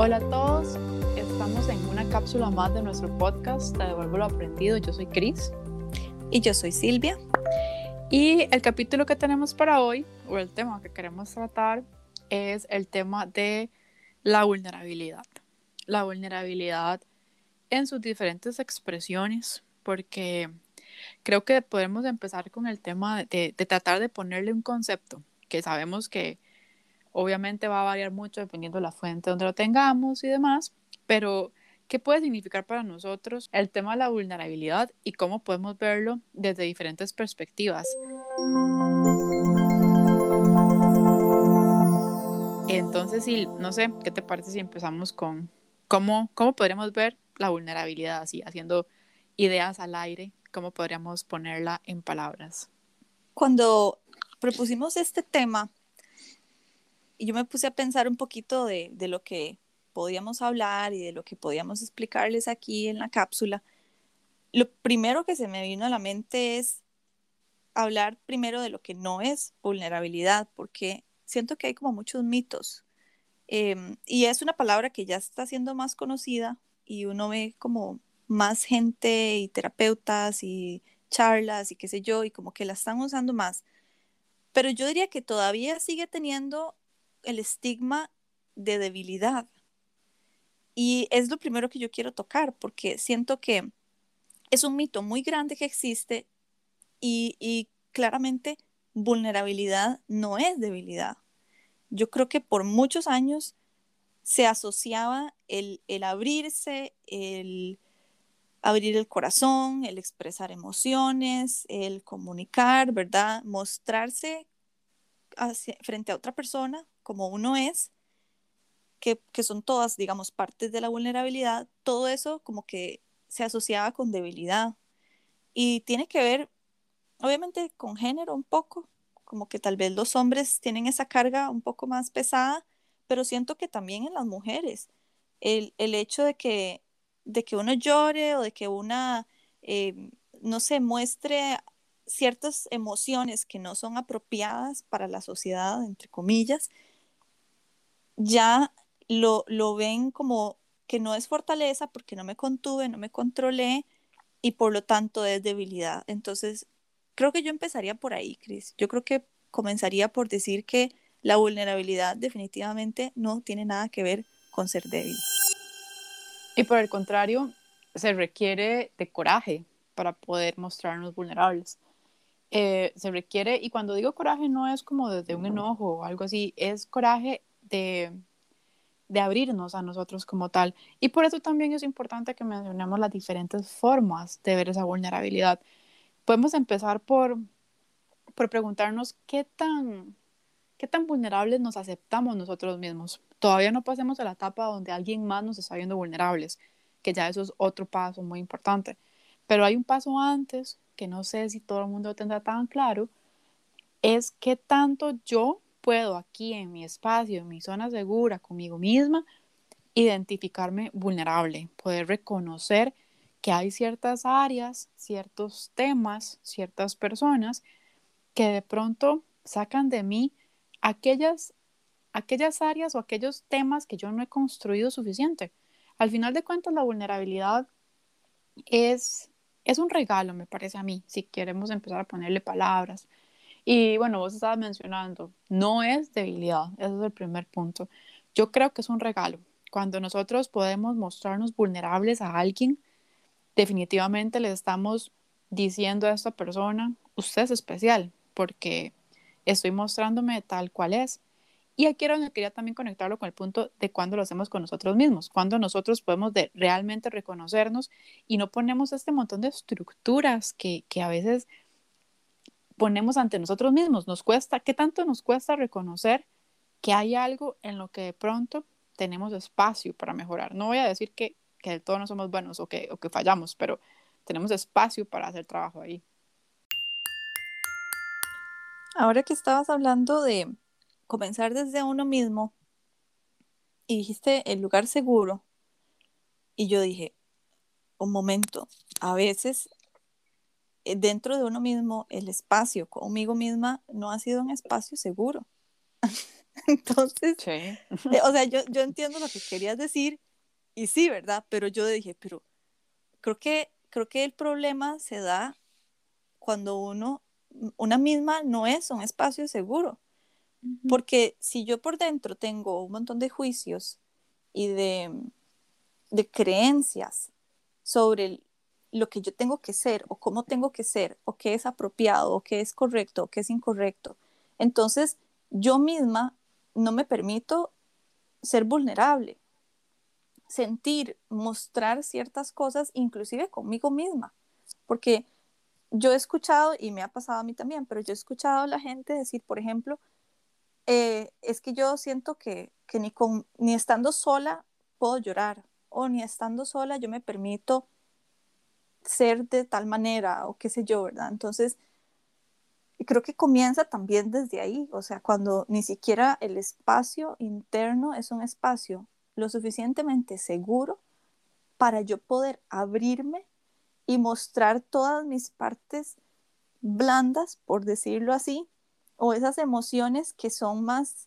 Hola a todos, estamos en una cápsula más de nuestro podcast Te devuelvo lo aprendido. Yo soy Cris. Y yo soy Silvia. Y el capítulo que tenemos para hoy, o el tema que queremos tratar, es el tema de la vulnerabilidad. La vulnerabilidad en sus diferentes expresiones, porque creo que podemos empezar con el tema de tratar de ponerle un concepto, que sabemos que obviamente va a variar mucho dependiendo de la fuente donde lo tengamos y demás, pero ¿qué puede significar para nosotros el tema de la vulnerabilidad y cómo podemos verlo desde diferentes perspectivas? Entonces, sí, no sé, ¿qué te parece si empezamos con cómo podríamos ver la vulnerabilidad así, haciendo ideas al aire? ¿Cómo podríamos ponerla en palabras? Cuando propusimos este tema, yo me puse a pensar un poquito de lo que podíamos hablar y de lo que podíamos explicarles aquí en la cápsula. Lo primero que se me vino a la mente es hablar primero de lo que no es vulnerabilidad, porque siento que hay como muchos mitos. Y es una palabra que ya está siendo más conocida y uno ve como más gente y terapeutas y charlas y qué sé yo, y como que la están usando más. Pero yo diría que todavía sigue teniendo el estigma de debilidad. Y es lo primero que yo quiero tocar, porque siento que es un mito muy grande que existe y claramente vulnerabilidad no es debilidad. Yo creo que por muchos años se asociaba el abrirse, el abrir el corazón, el expresar emociones, el comunicar, ¿verdad? Mostrarse frente a otra persona como uno es, que son todas, digamos, partes de la vulnerabilidad, todo eso como que se asociaba con debilidad. Y tiene que ver, obviamente, con género un poco, como que tal vez los hombres tienen esa carga un poco más pesada, pero siento que también en las mujeres, el hecho de que uno llore o de que una, no se muestre ciertas emociones que no son apropiadas para la sociedad, entre comillas, ya lo ven como que no es fortaleza porque no me contuve, no me controlé y por lo tanto es debilidad. Entonces, creo que yo empezaría por ahí, Cris. Yo creo que comenzaría por decir que la vulnerabilidad definitivamente no tiene nada que ver con ser débil. Y por el contrario, se requiere de coraje para poder mostrarnos vulnerables. Se requiere, y cuando digo coraje no es como desde un enojo o algo así, es coraje de abrirnos a nosotros como tal. Y por eso también es importante que mencionemos las diferentes formas de ver esa vulnerabilidad. Podemos empezar por preguntarnos qué tan vulnerables nos aceptamos nosotros mismos. Todavía no pasemos a la etapa donde alguien más nos está viendo vulnerables, que ya eso es otro paso muy importante. Pero hay un paso antes, que no sé si todo el mundo lo tendrá tan claro, es qué tanto yo puedo aquí en mi espacio, en mi zona segura, conmigo misma, identificarme vulnerable, poder reconocer que hay ciertas áreas, ciertos temas, ciertas personas que de pronto sacan de mí aquellas, aquellas áreas o aquellos temas que yo no he construido suficiente. Al final de cuentas, la vulnerabilidad es, es un regalo, me parece a mí, si queremos empezar a ponerle palabras. Y bueno, vos estabas mencionando, no es debilidad, ese es el primer punto. Yo creo que es un regalo. Cuando nosotros podemos mostrarnos vulnerables a alguien, definitivamente le estamos diciendo a esta persona, usted es especial, porque estoy mostrándome tal cual es. Y aquí era donde quería también conectarlo con el punto de cuando lo hacemos con nosotros mismos, cuando nosotros podemos realmente reconocernos y no ponemos este montón de estructuras que a veces ponemos ante nosotros mismos. Nos cuesta, ¿qué tanto nos cuesta reconocer que hay algo en lo que de pronto tenemos espacio para mejorar? No voy a decir que del todo no somos buenos o que fallamos, pero tenemos espacio para hacer trabajo ahí. Ahora que estabas hablando de comenzar desde uno mismo y dijiste el lugar seguro, y yo dije, un momento, a veces dentro de uno mismo, el espacio conmigo misma no ha sido un espacio seguro. Entonces, Sí. o sea, yo entiendo lo que querías decir y sí, ¿verdad? Pero yo dije, pero creo que el problema se da cuando una misma no es un espacio seguro. Ujú. Porque si yo por dentro tengo un montón de juicios y de creencias sobre lo que yo tengo que ser o cómo tengo que ser o qué es apropiado o qué es correcto o qué es incorrecto, entonces yo misma no me permito ser vulnerable, sentir, mostrar ciertas cosas, inclusive conmigo misma. Porque yo he escuchado, y me ha pasado a mí también, pero yo he escuchado a la gente decir, por ejemplo, es que yo siento que ni estando sola puedo llorar, o ni estando sola yo me permito ser de tal manera, o qué sé yo, ¿verdad? Entonces, creo que comienza también desde ahí, o sea, cuando ni siquiera el espacio interno es un espacio lo suficientemente seguro para yo poder abrirme y mostrar todas mis partes blandas, por decirlo así, o esas emociones que son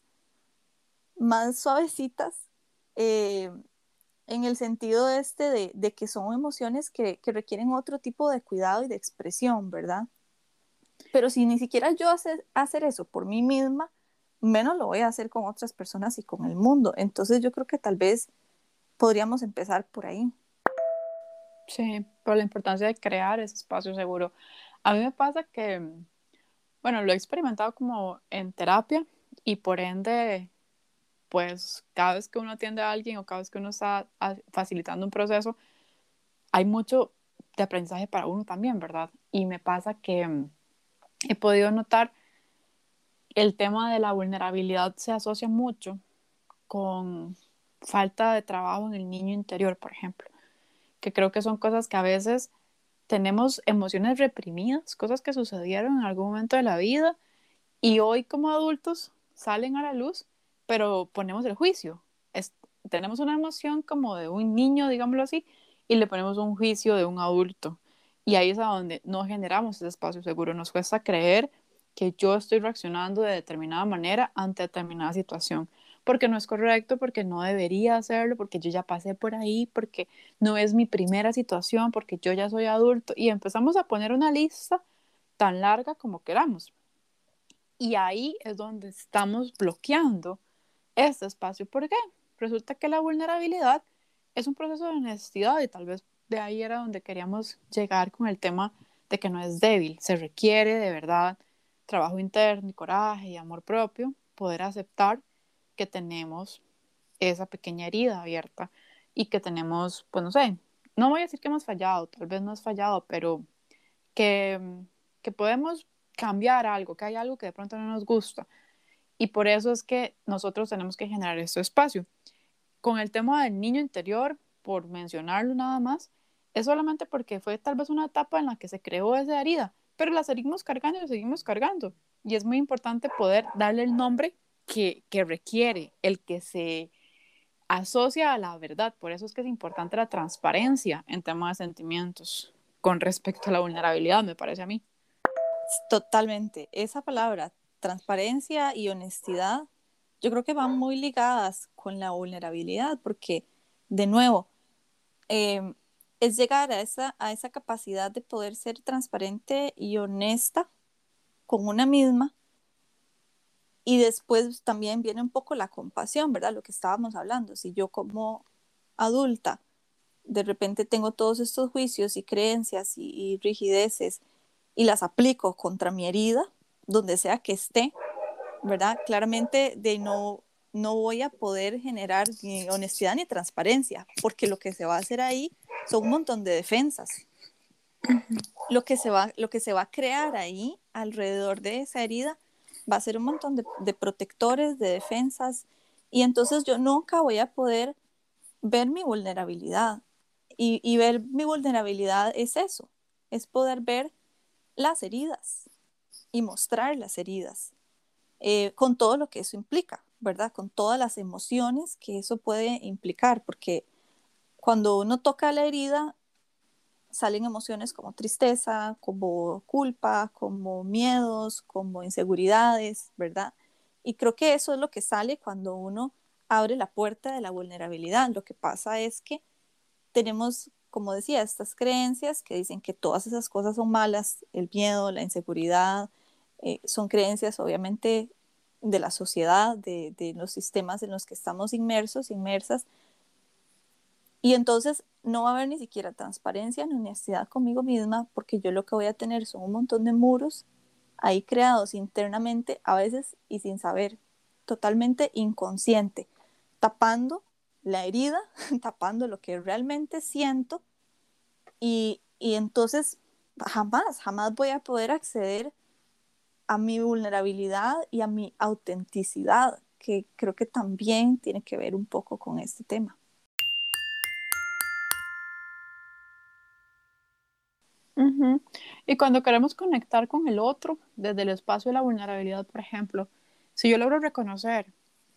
más suavecitas, eh, en el sentido de que son emociones que requieren otro tipo de cuidado y de expresión, ¿verdad? Pero si ni siquiera yo hacer eso por mí misma, menos lo voy a hacer con otras personas y con el mundo. Entonces yo creo que tal vez podríamos empezar por ahí. Sí, por la importancia de crear ese espacio seguro. A mí me pasa que, bueno, lo he experimentado como en terapia y por ende, pues cada vez que uno atiende a alguien o cada vez que uno está facilitando un proceso, hay mucho de aprendizaje para uno también, ¿verdad? Y me pasa que he podido notar el tema de la vulnerabilidad se asocia mucho con falta de trabajo en el niño interior, por ejemplo, que creo que son cosas que a veces tenemos emociones reprimidas, cosas que sucedieron en algún momento de la vida y hoy como adultos salen a la luz, pero ponemos el juicio. Tenemos una emoción como de un niño, digámoslo así, y le ponemos un juicio de un adulto. Y ahí es a donde no generamos ese espacio seguro. Nos cuesta creer que yo estoy reaccionando de determinada manera ante determinada situación, porque no es correcto, porque no debería hacerlo, porque yo ya pasé por ahí, porque no es mi primera situación, porque yo ya soy adulto. Y empezamos a poner una lista tan larga como queramos. Y ahí es donde estamos bloqueando este espacio. ¿Por qué? Resulta que la vulnerabilidad es un proceso de honestidad y tal vez de ahí era donde queríamos llegar con el tema de que no es débil, se requiere de verdad trabajo interno y coraje y amor propio, poder aceptar que tenemos esa pequeña herida abierta y que tenemos, pues no sé, no voy a decir que hemos fallado, tal vez no has fallado, pero que, que podemos cambiar algo, que hay algo que de pronto no nos gusta. Y por eso es que nosotros tenemos que generar este espacio. Con el tema del niño interior, por mencionarlo nada más, es solamente porque fue tal vez una etapa en la que se creó esa herida, pero la seguimos cargando y la seguimos cargando. Y es muy importante poder darle el nombre que requiere, el que se asocia a la verdad. Por eso es que es importante la transparencia en temas de sentimientos con respecto a la vulnerabilidad, me parece a mí. Totalmente. Esa palabra, transparencia y honestidad, yo creo que van muy ligadas con la vulnerabilidad, porque, de nuevo, eh, es llegar a esa capacidad de poder ser transparente y honesta con una misma. Y después también viene un poco la compasión, ¿verdad? Lo que estábamos hablando. Si yo como adulta de repente tengo todos estos juicios y creencias y rigideces y las aplico contra mi herida, donde sea que esté, ¿verdad? Claramente no voy a poder generar ni honestidad ni transparencia, porque lo que se va a hacer ahí son un montón de defensas. Lo que se va a crear ahí alrededor de esa herida va a ser un montón de protectores, de defensas, y entonces yo nunca voy a poder ver mi vulnerabilidad. Y ver mi vulnerabilidad es eso, es poder ver las heridas y mostrar las heridas, con todo lo que eso implica, ¿verdad? Con todas las emociones que eso puede implicar, porque cuando uno toca la herida, salen emociones como tristeza, como culpa, como miedos, como inseguridades, ¿verdad? Y creo que eso es lo que sale cuando uno abre la puerta de la vulnerabilidad. Lo que pasa es que tenemos, como decía, estas creencias que dicen que todas esas cosas son malas, el miedo, la inseguridad, son creencias obviamente de la sociedad, de los sistemas en los que estamos inmersos, inmersas, y entonces no va a haber ni siquiera transparencia ni honestidad conmigo misma, porque yo lo que voy a tener son un montón de muros ahí creados internamente, a veces y sin saber, totalmente inconsciente, tapando la herida, tapando lo que realmente siento, y entonces jamás voy a poder acceder a mi vulnerabilidad y a mi autenticidad, que creo que también tiene que ver un poco con este tema. Ujú. Y cuando queremos conectar con el otro, desde el espacio de la vulnerabilidad, por ejemplo, si yo logro reconocer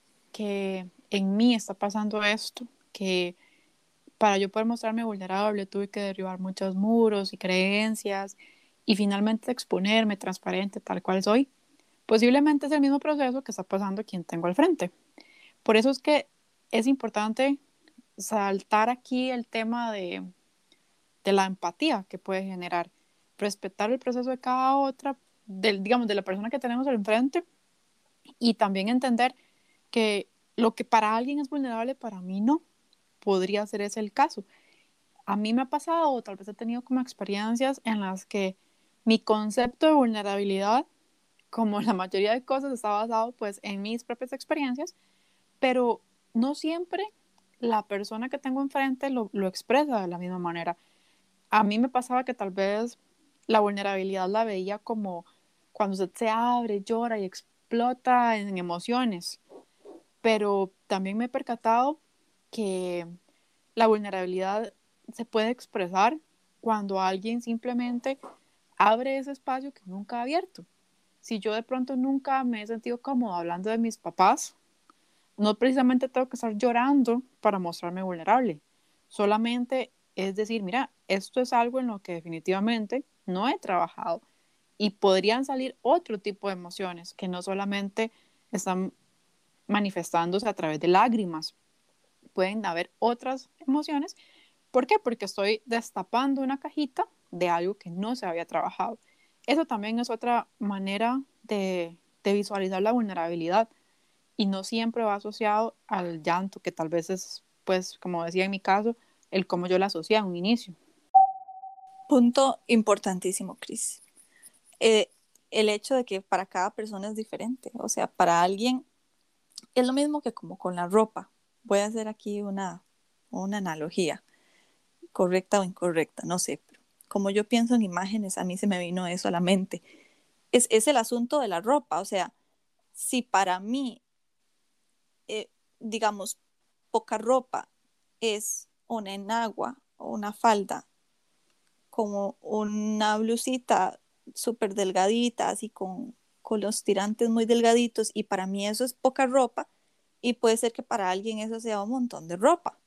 que en mí está pasando esto, que para yo poder mostrarme vulnerable tuve que derribar muchos muros y creencias y finalmente exponerme transparente tal cual soy, posiblemente es el mismo proceso que está pasando quien tengo al frente. Por eso es que es importante saltar aquí el tema de la empatía que puede generar, respetar el proceso de cada otra, digamos, de la persona que tenemos al enfrente y también entender que lo que para alguien es vulnerable, para mí no, podría ser ese el caso. A mí me ha pasado, o tal vez he tenido como experiencias en las que mi concepto de vulnerabilidad, como la mayoría de cosas, está basado pues en mis propias experiencias, pero no siempre la persona que tengo enfrente lo expresa de la misma manera. A mí me pasaba que tal vez la vulnerabilidad la veía como cuando usted se abre, llora y explota en emociones, pero también me he percatado que la vulnerabilidad se puede expresar cuando alguien simplemente abre ese espacio que nunca ha abierto. Si yo de pronto nunca me he sentido cómodo hablando de mis papás, no precisamente tengo que estar llorando para mostrarme vulnerable. Solamente es decir, mira, esto es algo en lo que definitivamente no he trabajado y podrían salir otro tipo de emociones que no solamente están manifestándose a través de lágrimas. Pueden haber otras emociones. ¿Por qué? Porque estoy destapando una cajita de algo que no se había trabajado. Eso también es otra manera de visualizar la vulnerabilidad y no siempre va asociado al llanto, que tal vez es, pues, como decía en mi caso, el cómo yo la asocié a un inicio. Punto importantísimo, Cris. Eh, el hecho de que para cada persona es diferente. O sea, para alguien es lo mismo que como con la ropa. Voy a hacer aquí una analogía, correcta o incorrecta, no sé, pero como yo pienso en imágenes, a mí se me vino eso a la mente. Es el asunto de la ropa. O sea, si para mí, eh, digamos, poca ropa es una enagua o una falda, como una blusita súper delgadita, así con los tirantes muy delgaditos, y para mí eso es poca ropa, y puede ser que para alguien eso sea un montón de ropa.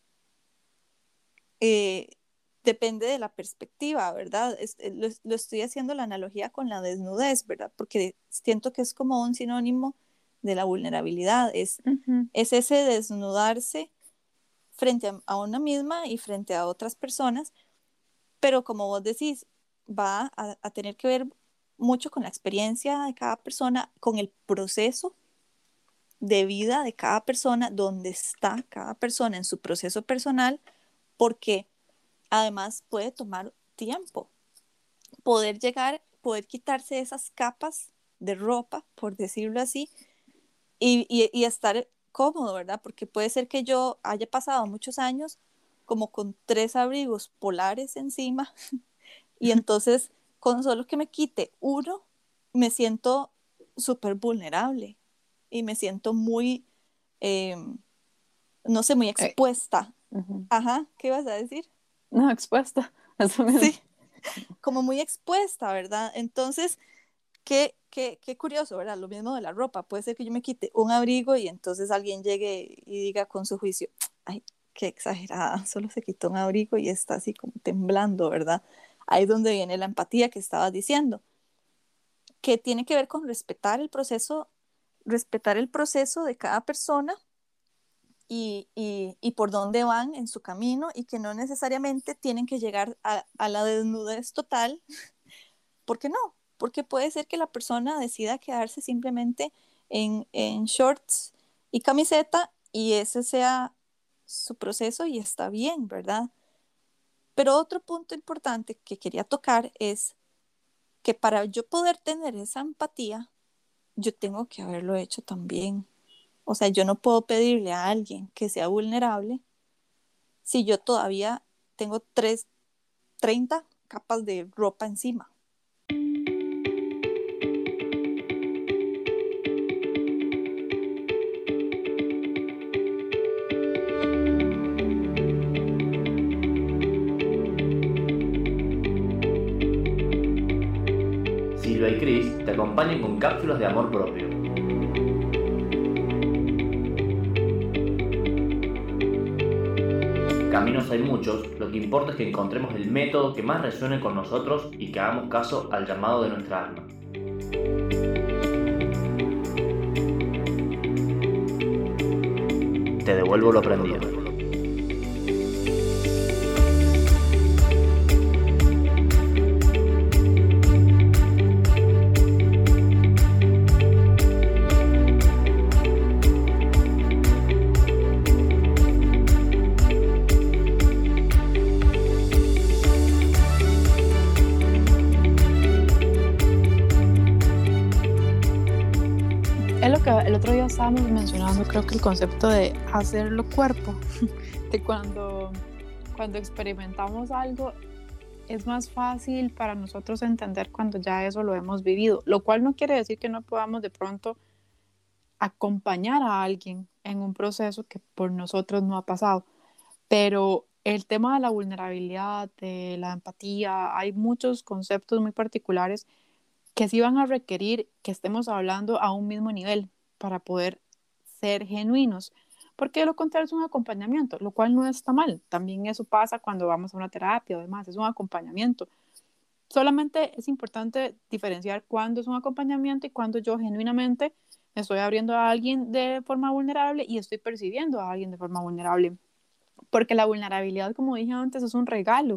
Eh, Depende de la perspectiva, ¿verdad? Lo estoy haciendo la analogía con la desnudez, ¿verdad? Porque siento que es como un sinónimo de la vulnerabilidad, Ujú. es ese desnudarse frente a una misma y frente a otras personas, pero como vos decís, va a tener que ver mucho con la experiencia de cada persona, con el proceso de vida de cada persona, donde está cada persona en su proceso personal, porque además puede tomar tiempo poder llegar, poder quitarse esas capas de ropa, por decirlo así, y estar cómodo, ¿verdad? Porque puede ser que yo haya pasado muchos años como con 3 abrigos polares encima y entonces con solo que me quite uno, me siento súper vulnerable y me siento muy, eh, no sé, muy Eh, expuesta. uh-huh. Ajá, ¿qué ibas a decir? No, expuesta, eso mismo. Sí, como muy expuesta, ¿verdad? Entonces, qué curioso, ¿verdad? Lo mismo de la ropa. Puede ser que yo me quite un abrigo y entonces alguien llegue y diga con su juicio, ay, qué exagerada, solo se quitó un abrigo y está así como temblando, ¿verdad? Ahí es donde viene la empatía que estabas diciendo, que tiene que ver con respetar el proceso respetar el proceso de cada persona y por dónde van en su camino y que no necesariamente tienen que llegar a la desnudez total. ¿Por qué no? Porque puede ser que la persona decida quedarse simplemente en shorts y camiseta y ese sea su proceso y está bien, ¿verdad? Pero otro punto importante que quería tocar es que para yo poder tener esa empatía, yo tengo que haberlo hecho también. O sea, yo no puedo pedirle a alguien que sea vulnerable si yo todavía tengo 30 capas de ropa encima. Silvia y Chris te acompañan con cápsulas de amor propio. Caminos hay muchos, lo que importa es que encontremos el método que más resuene con nosotros y que hagamos caso al llamado de nuestra alma. Te devuelvo lo aprendido. Es lo que el otro día estábamos mencionando, creo que el concepto de hacerlo cuerpo, de cuando experimentamos algo, es más fácil para nosotros entender cuando ya eso lo hemos vivido, lo cual no quiere decir que no podamos de pronto acompañar a alguien en un proceso que por nosotros no ha pasado, pero el tema de la vulnerabilidad, de la empatía, hay muchos conceptos muy particulares que sí van a requerir que estemos hablando a un mismo nivel para poder ser genuinos, porque de lo contrario es un acompañamiento, lo cual no está mal. También eso pasa cuando vamos a una terapia o demás, es un acompañamiento. Solamente es importante diferenciar cuándo es un acompañamiento y cuándo yo genuinamente estoy abriendo a alguien de forma vulnerable y estoy percibiendo a alguien de forma vulnerable. Porque la vulnerabilidad, como dije antes, es un regalo.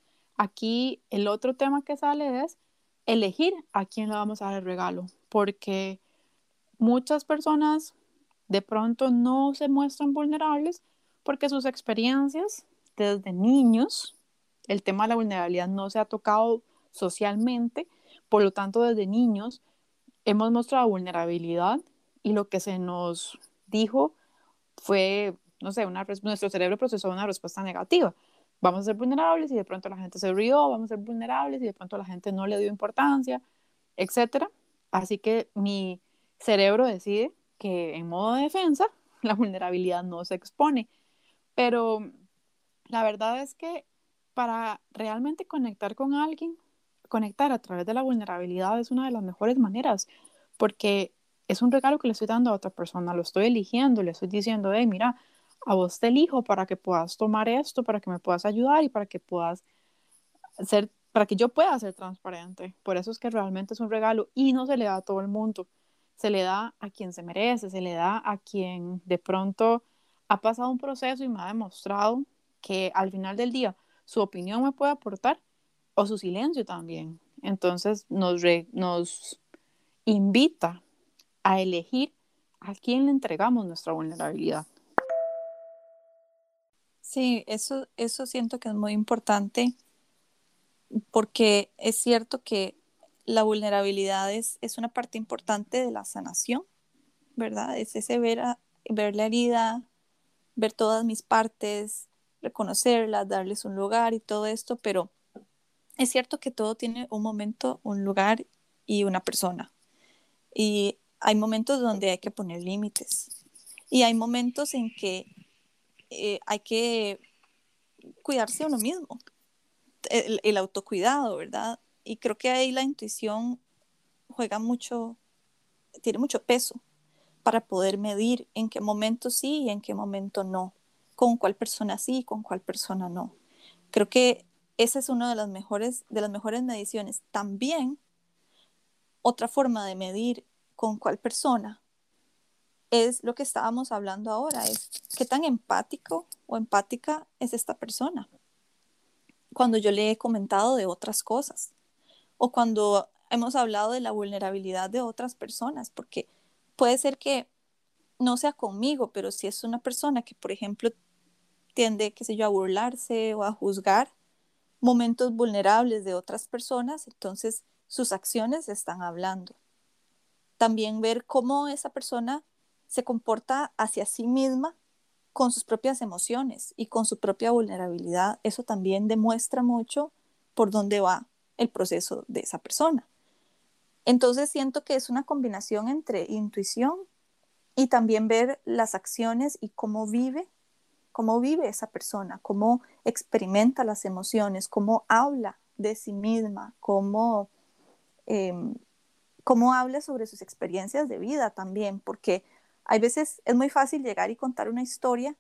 Aquí el otro tema que sale es elegir a quién le vamos a dar el regalo, porque muchas personas de pronto no se muestran vulnerables porque sus experiencias desde niños, el tema de la vulnerabilidad no se ha tocado socialmente, por lo tanto desde niños hemos mostrado vulnerabilidad y lo que se nos dijo fue, no sé, nuestro cerebro procesó una respuesta negativa. Vamos a ser vulnerables y de pronto la gente se rió, vamos a ser vulnerables y de pronto la gente no le dio importancia, etcétera. Así que mi cerebro decide que en modo de defensa la vulnerabilidad no se expone. Pero la verdad es que para realmente conectar con alguien, conectar a través de la vulnerabilidad es una de las mejores maneras, porque es un regalo que le estoy dando a otra persona, lo estoy eligiendo, le estoy diciendo, hey, mira, a vos te elijo para que puedas tomar esto, para que me puedas ayudar y para que puedas ser, para que yo pueda ser transparente. Por eso es que realmente es un regalo y no se le da a todo el mundo. Se le da a quien se merece, se le da a quien de pronto ha pasado un proceso y me ha demostrado que al final del día su opinión me puede aportar o su silencio también. Entonces nos invita a elegir a quién le entregamos nuestra vulnerabilidad. Sí, eso siento que es muy importante porque es cierto que la vulnerabilidad es una parte importante de la sanación, ¿verdad? Es ese ver la herida, ver todas mis partes, reconocerlas, darles un lugar y todo esto, pero es cierto que todo tiene un momento, un lugar y una persona. Y hay momentos donde hay que poner límites. Y hay momentos en que hay que cuidarse a uno mismo, el autocuidado, ¿verdad? Y creo que ahí la intuición juega mucho, tiene mucho peso para poder medir en qué momento sí y en qué momento no, con cuál persona sí y con cuál persona no. Creo que esa es una de las mejores mediciones. También otra forma de medir con cuál persona es lo que estábamos hablando ahora, es qué tan empático o empática es esta persona cuando yo le he comentado de otras cosas o cuando hemos hablado de la vulnerabilidad de otras personas, porque puede ser que no sea conmigo, pero si es una persona que, por ejemplo, tiende, qué sé yo, a burlarse o a juzgar momentos vulnerables de otras personas, entonces sus acciones están hablando. También ver cómo esa persona se comporta hacia sí misma con sus propias emociones y con su propia vulnerabilidad, eso también demuestra mucho por dónde va el proceso de esa persona. Entonces siento que es una combinación entre intuición y también ver las acciones y cómo vive esa persona, cómo experimenta las emociones, cómo habla de sí misma, eh, cómo habla sobre sus experiencias de vida también, porque hay veces es muy fácil llegar y contar una historia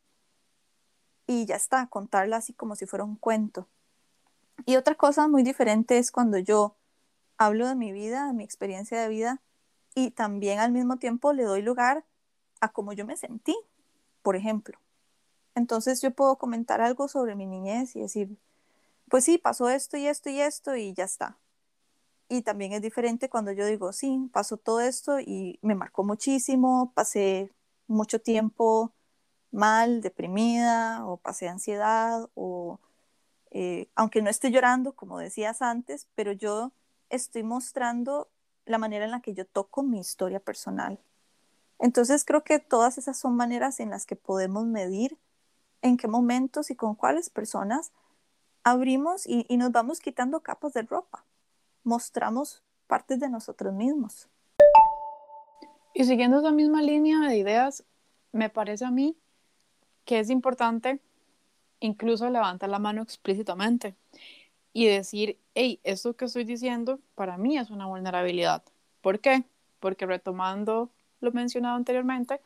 y ya está, contarla así como si fuera un cuento. Y otra cosa muy diferente es cuando yo hablo de mi vida, de mi experiencia de vida, y también al mismo tiempo le doy lugar a cómo yo me sentí, por ejemplo. Entonces yo puedo comentar algo sobre mi niñez y decir, pues sí, pasó esto y esto y esto y ya está. Y también es diferente cuando yo digo, sí, pasó todo esto y me marcó muchísimo, pasé mucho tiempo mal, deprimida, o pasé ansiedad, o aunque no esté llorando, como decías antes, pero yo estoy mostrando la manera en la que yo toco mi historia personal. Entonces creo que todas esas son maneras en las que podemos medir en qué momentos y con cuáles personas abrimos y nos vamos quitando capas de ropa, mostramos partes de nosotros mismos. Y siguiendo esa misma línea de ideas, me parece a mí que es importante incluso levantar la mano explícitamente y decir, hey, esto que estoy diciendo para mí es una vulnerabilidad. ¿Por qué? Porque retomando lo mencionado anteriormente,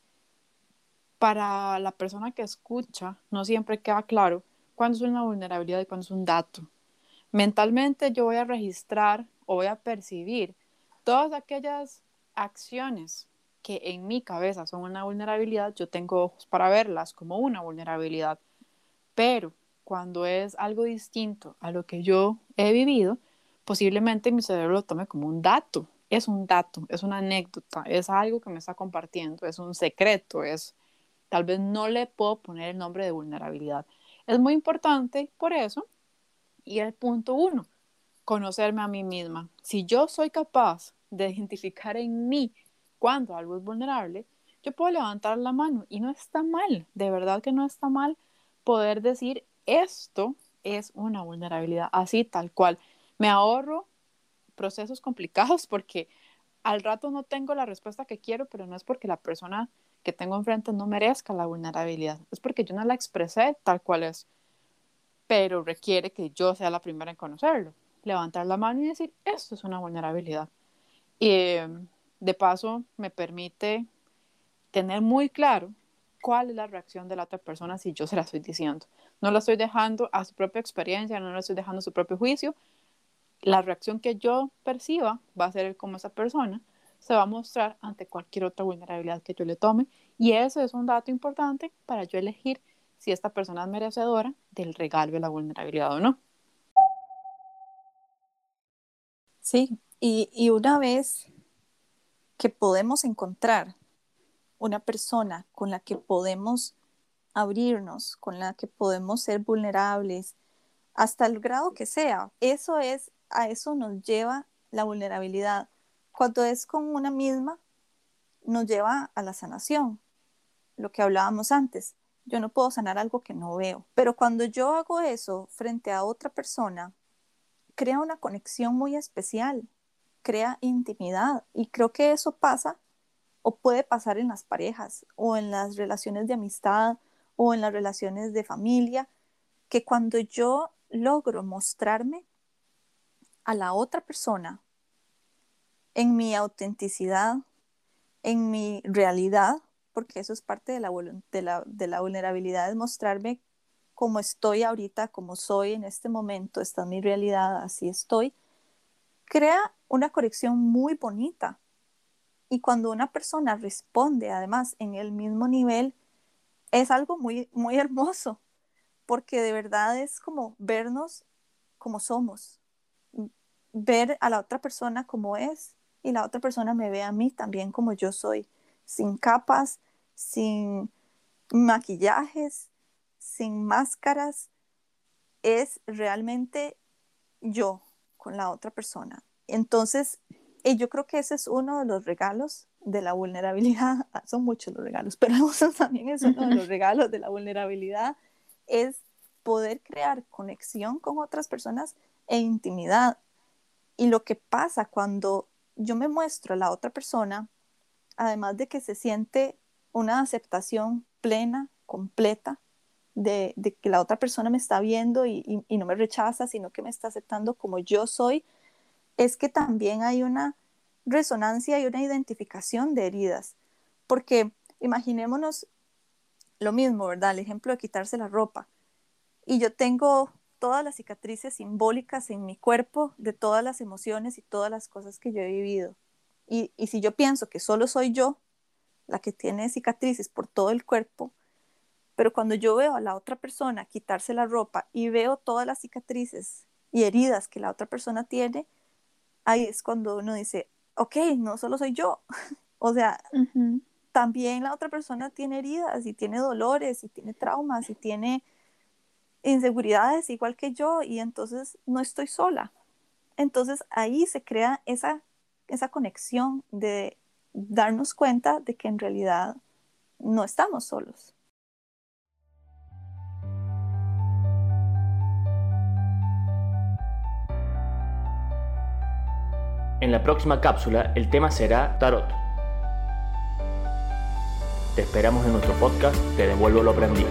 para la persona que escucha no siempre queda claro cuándo es una vulnerabilidad y cuándo es un dato. Mentalmente yo voy a registrar o voy a percibir todas aquellas acciones que en mi cabeza son una vulnerabilidad, yo tengo ojos para verlas como una vulnerabilidad, pero cuando es algo distinto a lo que yo he vivido, posiblemente mi cerebro lo tome como un dato. Es un dato, es una anécdota, es algo que me está compartiendo, es un secreto, es tal vez no le puedo poner el nombre de vulnerabilidad. Es muy importante por eso, y el punto uno, conocerme a mí misma. Si yo soy capaz de identificar en mí cuando algo es vulnerable, yo puedo levantar la mano y no está mal, de verdad que no está mal poder decir esto es una vulnerabilidad, así tal cual. Me ahorro procesos complicados porque al rato no tengo la respuesta que quiero, pero no es porque la persona que tengo enfrente no merezca la vulnerabilidad, es porque yo no la expresé tal cual es, pero requiere que yo sea la primera en conocerlo, levantar la mano y decir, esto es una vulnerabilidad. Y de paso me permite tener muy claro cuál es la reacción de la otra persona si yo se la estoy diciendo. No la estoy dejando a su propia experiencia, no la estoy dejando a su propio juicio. La reacción que yo perciba va a ser como esa persona se va a mostrar ante cualquier otra vulnerabilidad que yo le tome. Y eso es un dato importante para yo elegir si esta persona es merecedora del regalo de la vulnerabilidad o no. Sí, y una vez que podemos encontrar una persona con la que podemos abrirnos, con la que podemos ser vulnerables, hasta el grado que sea, a eso nos lleva la vulnerabilidad. Cuando es con una misma, nos lleva a la sanación, lo que hablábamos antes. Yo no puedo sanar algo que no veo, pero cuando yo hago eso frente a otra persona, crea una conexión muy especial, crea intimidad y creo que eso pasa o puede pasar en las parejas o en las relaciones de amistad o en las relaciones de familia, que cuando yo logro mostrarme a la otra persona en mi autenticidad, en mi realidad, porque eso es parte de la vulnerabilidad, es mostrarme como estoy ahorita, como soy en este momento, esta es mi realidad, así estoy, crea una conexión muy bonita, Y cuando una persona responde además en el mismo nivel, es algo muy, muy hermoso, porque de verdad es como vernos como somos, ver a la otra persona como es y la otra persona me ve a mí también como yo soy, sin capas, sin maquillajes, sin máscaras, es realmente yo con la otra persona. Entonces, yo creo que ese es uno de los regalos de la vulnerabilidad. Son muchos los regalos, pero eso también es uno de los regalos de la vulnerabilidad, es poder crear conexión con otras personas e intimidad. Y lo que pasa cuando yo me muestro a la otra persona, además de que se siente una aceptación plena, completa, de que la otra persona me está viendo y no me rechaza, sino que me está aceptando como yo soy, es que también hay una resonancia y una identificación de heridas. Porque imaginémonos lo mismo, ¿verdad? El ejemplo de quitarse la ropa. Y yo tengo todas las cicatrices simbólicas en mi cuerpo de todas las emociones y todas las cosas que yo he vivido. Y si yo pienso que solo soy yo la que tiene cicatrices por todo el cuerpo, pero cuando yo veo a la otra persona quitarse la ropa y veo todas las cicatrices y heridas que la otra persona tiene, ahí es cuando uno dice, ok, no solo soy yo. O sea, Ujú. también la otra persona tiene heridas y tiene dolores y tiene traumas y tiene inseguridades igual que yo, y entonces no estoy sola. Entonces ahí se crea esa conexión de darnos cuenta de que en realidad no estamos solos. En la próxima cápsula el tema será tarot. Te esperamos en nuestro podcast Te devuelvo lo aprendido.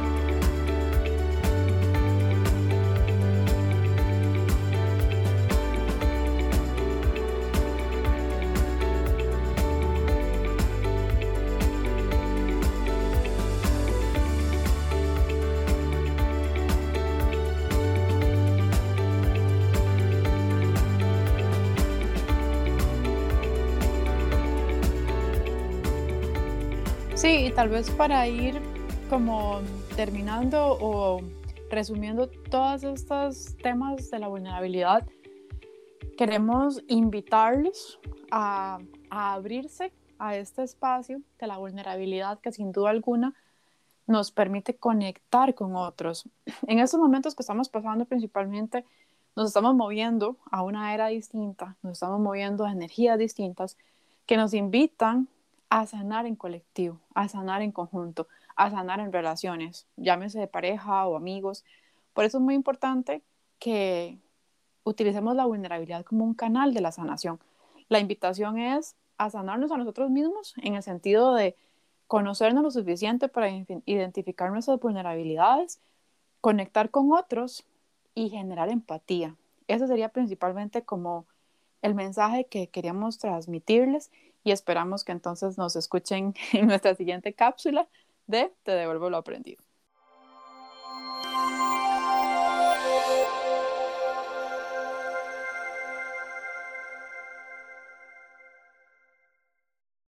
Sí, y tal vez para ir como terminando o resumiendo todos estos temas de la vulnerabilidad, queremos invitarlos a abrirse a este espacio de la vulnerabilidad que sin duda alguna nos permite conectar con otros. En estos momentos que estamos pasando principalmente, nos estamos moviendo a una era distinta, nos estamos moviendo a energías distintas que nos invitan a sanar en colectivo, a sanar en conjunto, a sanar en relaciones, llámese de pareja o amigos. Por eso es muy importante que utilicemos la vulnerabilidad como un canal de la sanación. La invitación es a sanarnos a nosotros mismos en el sentido de conocernos lo suficiente para identificar nuestras vulnerabilidades, conectar con otros y generar empatía. Ese sería principalmente como el mensaje que queríamos transmitirles y esperamos que entonces nos escuchen en nuestra siguiente cápsula de Te devuelvo lo aprendido.